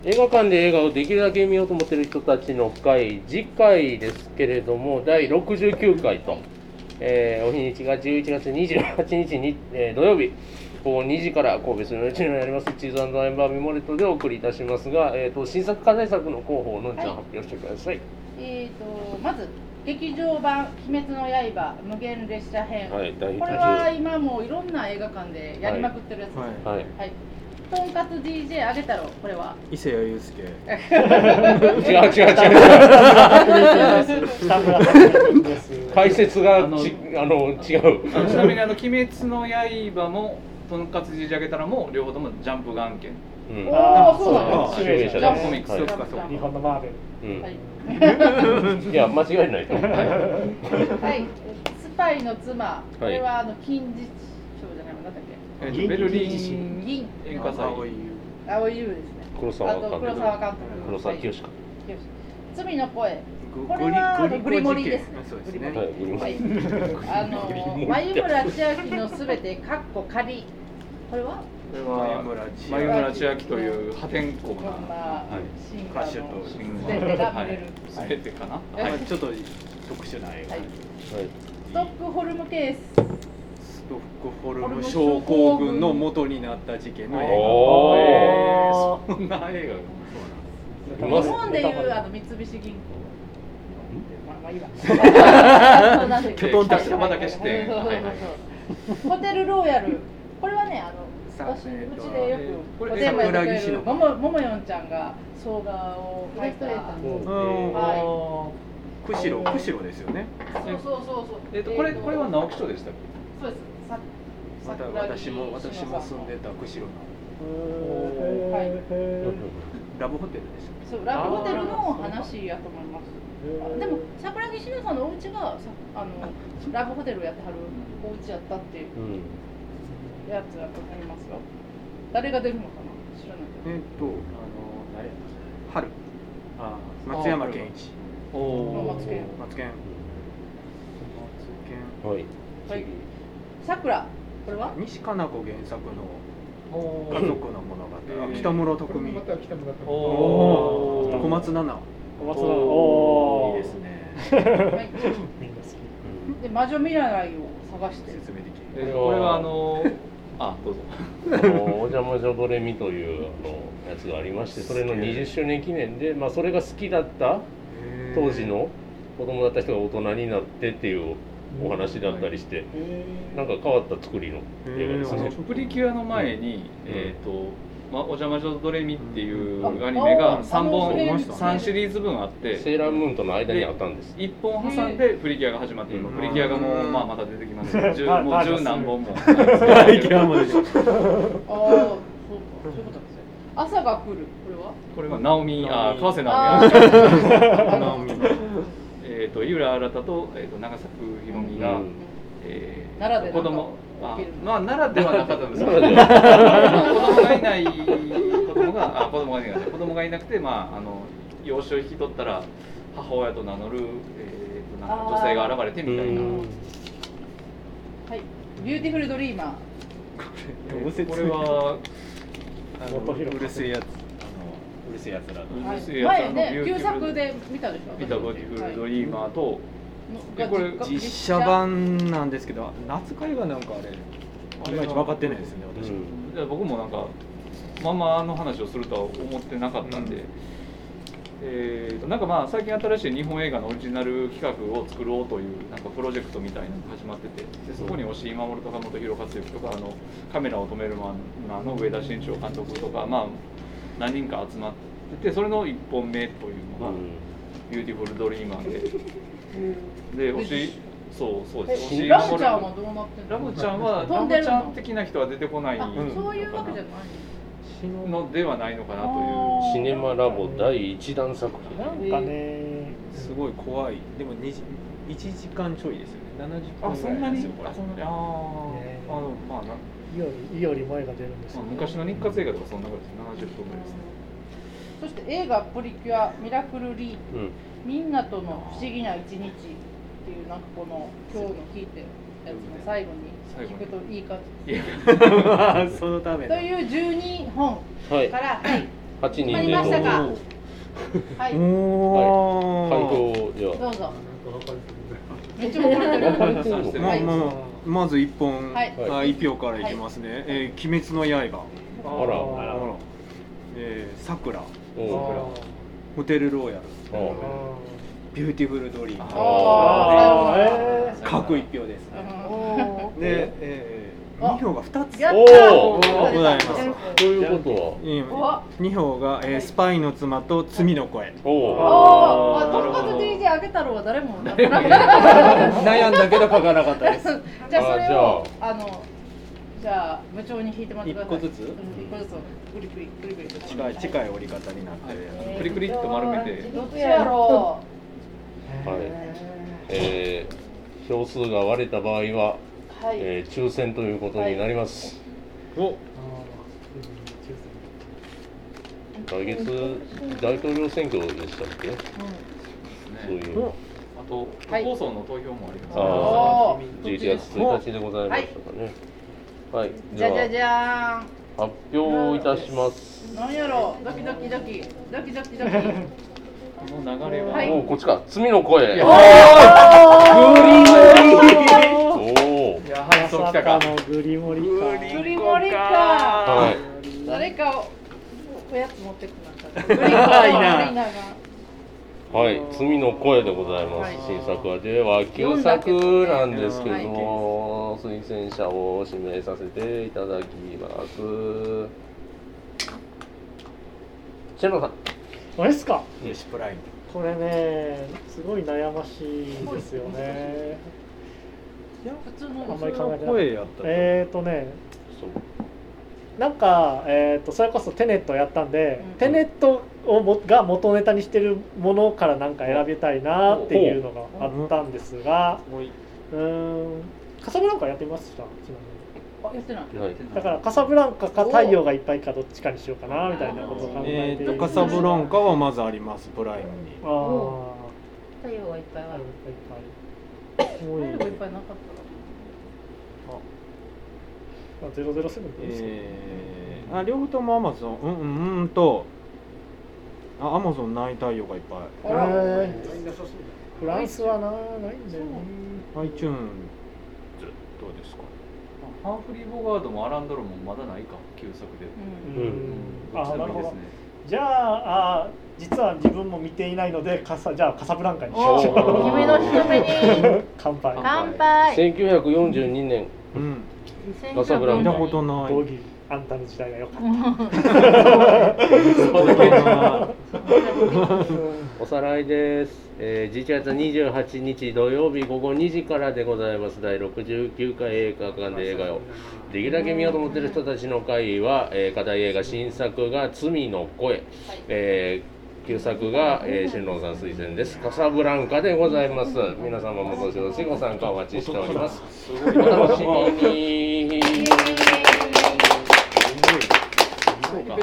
映画館で映画をできるだけ見ようと思っている人たちの会、次回ですけれども、第69回と、お日にちが11月28日に、土曜日、午後2時から神戸市のうちにありますチーズ&エンバーミモレットでお送りいたしますが、新作課題作の候補をのんちゃん発表してください。 まず劇場版「鬼滅の刃無限列車編」 はい、 これは今もういろんな映画館でやりまくってるやつです。 はいはいはい、とんかつ DJ あげ太郎、これは伊勢谷友介違う解説が違う。 ちなみに鬼滅の刃もとんかつ DJ あげたらも両方ともジャンプ眼見。 おお、そうなんです。 集英社ジャンプコミックスとか日本のマーベル。 はい。 いや間違いないと思う。 はい。スパイの妻、これは金字賞じゃないの、なんだっけ。 ベルリン銀演歌祭。 青い優ですね。 黒沢監督。 黒沢清か。 罪の声。これはグリモリですね。 そうですね。 眉村千秋のすべてかっこ仮。これは眉村千秋という破天荒な歌手とすべてかな。 ちょっと特殊な映画。 ストックホルムケース。 ストックホルム症候群の元になった事件の映画。そんな映画が。 日本でいう三菱銀行。まあいいわ。 きょとんとした畑支店。 ホテルローヤル。これはね私うちでよくお電話やってくれるももよんちゃんが生姜を描いた釧路ですよね。 そうこれは直木賞でしたっけ？そうです。 私も住んでた釧路のラブホテルですよね。 そう、ラブホテルの話やと思います。でも桜木志乃さんのお家がラブホテルをやってはるお家やったっていうやつだと思いますよ。誰が出るのかな、知らないけど。 誰やった？春。松山ケンイチ。 松健。 はい。 桜。これは？ 西加奈子原作の家族の物語。北村匠海。小松菜奈。いいですね。 みんな好き。 で魔女見習いを探して。 説明できる。これはどうぞ。 お邪魔女ドレミというやつがありまして、それの20周年記念で、それが好きだった当時の子供だった人が大人になってっていうお話だったりして、なんか変わった作りの映画ですね。 プリキュアの前にお邪魔女ドレミっていうアニメが3シリーズ分あって、 セーラームーンとの間にあったんです。 1本挟んでプリキュアが始まって、今プリキュアがもうまた出てきます。もう10何本も。プリキュアも出てきます。 そういうことですね。朝が来る。 これはナオミ、川瀬直美。井浦新と長作ひろみが子供。奈良ではなかったんですけど、子供がいなくて、養子を引き取ったら母親と名乗る、女性が現れてみたいな。 はい、ビューティフルドリーマー。これはうるせえやつ。 うるせえやつら。 前ね、旧作で見たでしょ。 ビューティフルドリーマーと。 これ実写版なんですけど、夏会がなんかいまいち分かってないですよね、私。 僕もなんかの話をするとは思ってなかったんで、なんか最近新しい日本映画のオリジナル企画を作ろうというなんかプロジェクトみたいなのが始まってて、でそこに押井守とか本広克行とかカメラを止めるマンの上田慎一郎監督とか何人か集まってて、それの1本目というのがビューティフルドリーマーで。で、そうです。 ラブちゃんはどうなってんの？ ラブちゃん的な人は出てこない。 そういうわけじゃないのではないのかなという。 シネマラボ第1弾作品。 なんかね、 すごい怖い。でも1時間ちょいですよね。70分。 そんなに？ いより前が出るんですよ。 昔の日活映画とかそんなぐらいです。70分ぐらいですね。 そして映画プリキュアミラクルリープ。みんなとの不思議な一日っていうなんかこの今日の聞いてるやつの最後に聞くといいかそのためという12本から、 8人で決まりましたか。 ははい。 い、 お回ー。 答ではどうぞ。めっちゃ怒られてる。 分かれてるのかはいまず1本、 はい 1票からいきますね。鬼滅の刃。 あらさくら。 おうホテルローヤル。 あビューティフルドリーム。 あ各1票です。 おで、2票が2つ。 やっおたーございます。 ということは 2票が、スパイの妻と罪の声。 おおおー、とんかつ DJ あげたろうは誰もな悩んだけど書かなかったです。 じゃあそれをあじゃあ部長に弾いてもらってください。 一個ずつうん、一個ずつ。クリクリクリクリ。 近い折り方になってる。 クリクリっと丸めてどっちやろはい、票数が割れた場合は、 う。はい。 抽選ということになります、 お、 来月大統領選挙でしたっけ、そういうあとはい都構想の投票もあります、 あおー11月1日でございましたかねはい、 じゃじゃじゃ発表いたしますーん。なんやろう。ドキドキドキドキドキドキ。 この流れは、 はいおおこっちか罪の声おおおいや発想きたかのグリモリか。 グリモリか。 はい誰かおやつ持ってくなった。グリコとマリナが。 はい、罪の声でございます、 はい新作はでは旧作なんですけれども、推薦者を指名させていただきますシェロさんあれですか。 ヨシプライム。 これね、すごい悩ましいですよね。 普通のあんまり考えてない。 声やった。 なんか、それこそテネットやったんで、 うんテネットが元ネタにしてるものからなんか選びたいなっていうのがあったんですが、カサブランカやってみましたちなみに。 あ、やってない。 はいだからカサブランカか太陽がいっぱいかどっちかにしようかなみたいなことを考えている。 カサブランカはまずあります、プライムに。 あー太陽がいっぱいある。 いっ太陽がいっぱいなかったら。 ぱい007でいいですよ両方ともアマゾン、アマゾンない太陽がいっぱい。 フランスはないんだよね。 iTunes どうですか。 ハンフリー・ボガードもアラン・ドロンもまだないか旧作で、 あ、なるほど。 どっちでもいいですね。 じゃあ、実は自分も見ていないのでじゃあカサブランカにしよう。 君の瞳に乾杯。 乾杯。 1942年カサブランカ見たことない。 道義あんたの時代が良かった。 おさらいです、11月28日土曜日午後2時からでございます第69回映画館で映画をできるだけ見ようと思っている人たちの会は、課題映画新作が罪の声、旧作が、シェンロンさん推薦ですカサブランカでございます皆様もどしどしご参加お待ちしておりますお楽しみに